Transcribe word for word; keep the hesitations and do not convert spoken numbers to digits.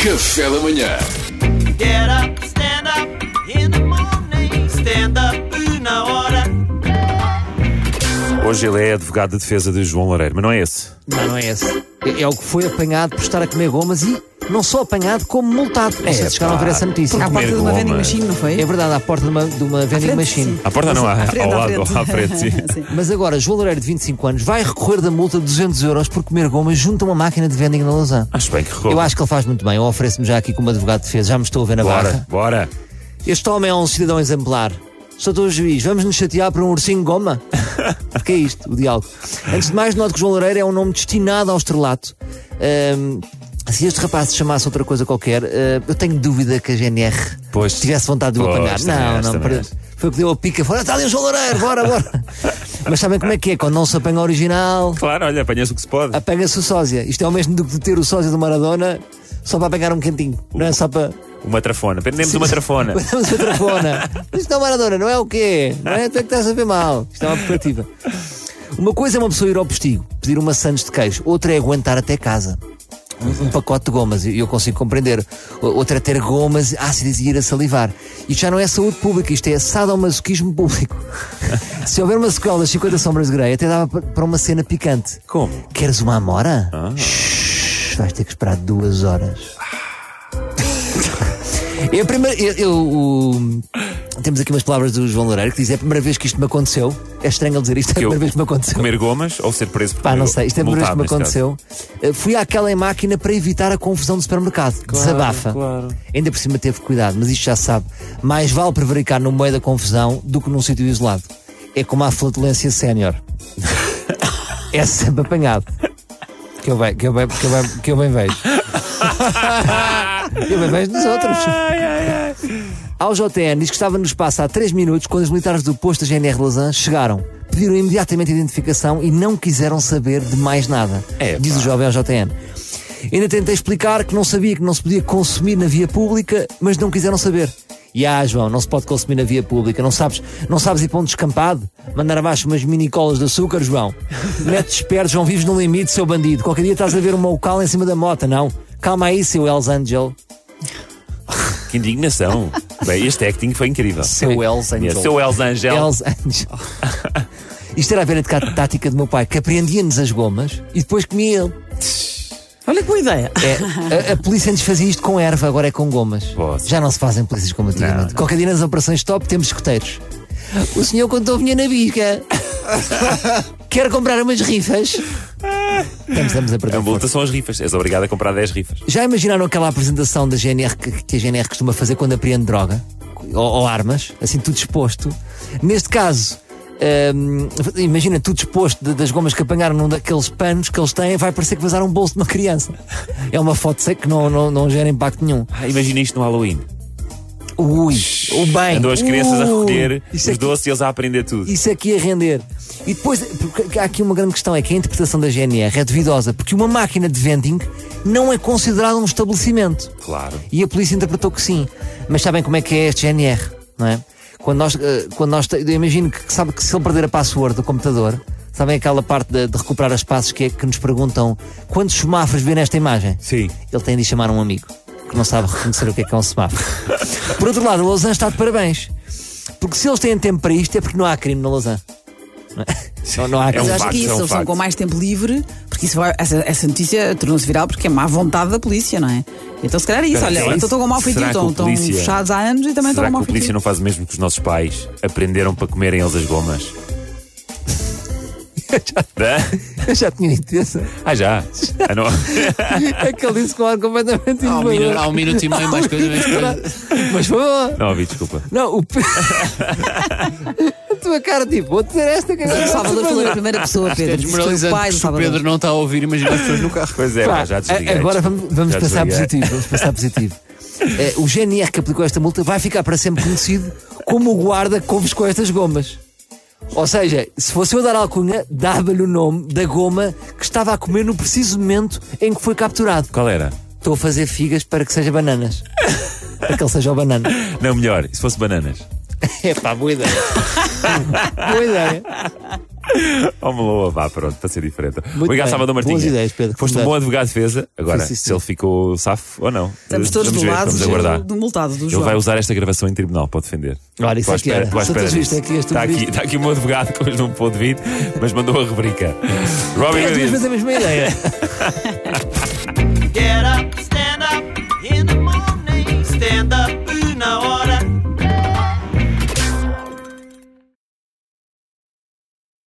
Café da manhã. Get up, stand up in the morning. Stand up na hora. Hoje ele é advogado de defesa de João Loureiro, mas não é esse. Não, não é esse. É, é o que foi apanhado por estar a comer gomas e não só apanhado, como multado. Não sei se chegaram a ver essa notícia. Por À porta comer de uma vending gomas. machine, não foi? É verdade, à porta de uma, de uma vending frente, machine. sim. À porta não, à, À frente, ao à lado, frente. à frente, sim. Sim. Mas agora, João Loureiro, de vinte e cinco anos, vai recorrer da multa de duzentos euros por comer gomas junto a uma máquina de vending na Lausanne. Acho bem que roubo. Eu acho que ele faz muito bem. Eu ofereço-me já aqui como advogado de defesa. Já me estou a ver na Bora, barra. bora. Este homem é um cidadão exemplar. Sou doutor Juiz, vamos nos chatear por um ursinho de goma? O que é isto, o diálogo? Antes de mais, noto que João Loureiro é um nome destinado ao estrelato. Ahm, se este rapaz se chamasse outra coisa qualquer, ah, eu tenho dúvida que a G N R Pois. tivesse vontade de o Pois, apanhar. também Não, acho, não, também para- acho. foi o que deu a pica. Fora, está ali o João Loureiro, bora, bora. Mas sabem como é que é? Quando não se apanha o original, Claro, olha, apanhas o que se pode. apanha-se o sósia. Isto é o mesmo do que ter o sósia do Maradona só para apanhar um cantinho. Não é só para. Uma trafona. Prendemos uma trafona. Damos a trafona. Isto não é Maradona, não é o quê? Não é? Tu é que estás a ver mal. Isto é uma perspectiva. Uma coisa é uma pessoa ir ao postigo, pedir uma sandes de queijo. Outra é aguentar até casa. Um, um pacote de gomas, e eu consigo compreender. O- Outra é ter gomas ácidas e ir a salivar. Isto já não é saúde pública, isto é sadomasoquismo público. Se houver uma sequela das cinquenta Sombras de Grey, até dava pa- para uma cena picante. Como? Queres uma amora? Ah. Shhh, vais ter que esperar duas horas. É a primeira. Eu, eu, o- temos aqui umas palavras do João Loureiro que diz: é a primeira vez que isto me aconteceu. É estranho ele dizer isto, é a Que eu- primeira vez que me aconteceu. Comer gomas ou ser preso por Pá, comer não gomas? sei, isto é a primeira vez que me Multado, neste aconteceu. Uh, Fui àquela máquina para evitar a confusão do supermercado. Desabafa. claro. Ainda por cima teve cuidado, mas isto já se sabe. Mais vale prevaricar no meio da confusão do que num sítio isolado. É como a flatulência sénior. É sempre apanhado. Que eu bem, que eu bem, que eu bem, que eu bem vejo. Eu bem vejo dos outros. Ao J N diz que estava no espaço há três minutos quando os militares do posto da G N R de Lausanne chegaram, pediram imediatamente a identificação e não quiseram saber de mais nada. É, diz pá. o jovem ao J N. Ainda tentei explicar que não sabia que não se podia consumir na via pública, mas não quiseram saber. E ah, João, não se pode consumir na via pública. Não sabes, não sabes ir para um descampado? Mandar abaixo umas mini colas de açúcar, João? Metes esperto, João, vives no limite, seu bandido. Qualquer dia estás a ver uma local em cima da mota, não? Calma aí, seu Hells Angel. Que indignação. Bem, este acting foi incrível. Seu Hells Angel. Seu Els Angel. Hells Angel. Isto era a velha tática do meu pai, que apreendia-nos as gomas e depois comia ele. Olha que boa ideia. É, a, a polícia antes fazia isto com erva, agora é com gomas. Posso. Já não se fazem polícias como antigamente. Não, não. Qualquer dia nas operações top temos escoteiros. O senhor contou vinha na bisca. Quer comprar umas rifas? Estamos, estamos a perder A multa força. são as rifas. És obrigado a comprar dez rifas. Já imaginaram aquela apresentação da G N R que, que a G N R costuma fazer quando apreende droga? Ou, ou armas? Assim, tudo exposto. Neste caso, hum, imagina tudo exposto de- das gomas que apanharam num daqueles panos que eles têm, vai parecer que vazaram um bolso de uma criança. É uma foto seca que não, não, não gera impacto nenhum. Ah, imagina isto no Halloween. Ui, o bem. Andam as crianças a Ui, recolher isso os aqui, doces e eles a aprender tudo. isso aqui a render. E depois, porque há aqui uma grande questão, é que a interpretação da G N R é duvidosa, porque uma máquina de vending não é considerada um estabelecimento. Claro. E a polícia interpretou que sim. Mas sabem como é que é este G N R, não é? Quando nós, eh, quando nós te- eu imagino que, que sabe que se ele perder a password do computador, sabem aquela parte de, de recuperar as passos que é que nos perguntam quantos semáforos vê nesta imagem? Sim. Ele tem de ir chamar um amigo que não sabe reconhecer o que é que é um semáforo. Por outro lado, a Lausanne está de parabéns. Porque se eles têm tempo para isto é porque não há crime na Lausanne. Não, é? não, não há É Mas um crime. acho facto, que isso, é um eles estão facto. com mais tempo livre, porque isso vai, essa, essa notícia tornou-se viral porque é má vontade da polícia, não é? Então se calhar é isso, Espera, olha, é então isso? estão com mau feitio, Será que estão, o estão polícia- fechados há anos e também estão Será com que mau a polícia feitio. não faz o mesmo que os nossos pais aprenderam para comerem eles as gomas? Hã? Eu já tinha dito isso. Ah, já? Ah, não. É que ele disse com ar completamente Há um, inovador. minuto, há um minuto e meio, mais coisa, menos coisa. Mas foi bom. Não ouvi, desculpa. Não, o. Pe- a tua cara, tipo, vou dizer esta que O Salvador falou em primeira pessoa, É Pedro. Disse que foi o desmoralizante, pai do porque se o Salvador. Pedro não está a ouvir, imagina as pessoas no carro. Pois é, Pá, pá, já desliguei. agora vamos, vamos Já passar desliguei. positivo. Vamos passar positivo. Eh, o G N R que aplicou esta multa vai ficar para sempre conhecido como o guarda que couve com estas gomas. Ou seja, se fosse eu dar alcunha, dava-lhe o nome da goma que estava a comer no preciso momento em que foi capturado. Qual era? Estou a fazer figas para que seja bananas. Para que ele seja o banana. Não, melhor, e se fosse bananas? É pá, boa ideia. Boa ideia. Oh, Meloa, vá, pronto, para ser diferente. Muito Obrigado, bem. Salvador Martinha. Boas ideias, Pedro. Foste um Exato. bom advogado de defesa. Agora, Sim, sim, se sim. ele ficou safo ou não. Estamos todos Vamos do ver, lado vamos aguardar. do, do multado, do Ele João. vai usar esta gravação em tribunal para defender. Ora, isso Estou à é que espera- era. estou à Se espera tu viste disso. aqui este Está aqui, vídeo. está aqui o meu advogado que hoje não pôde vir, mas mandou a rubrica. Robin É duas Williams. vezes a mesma ideia.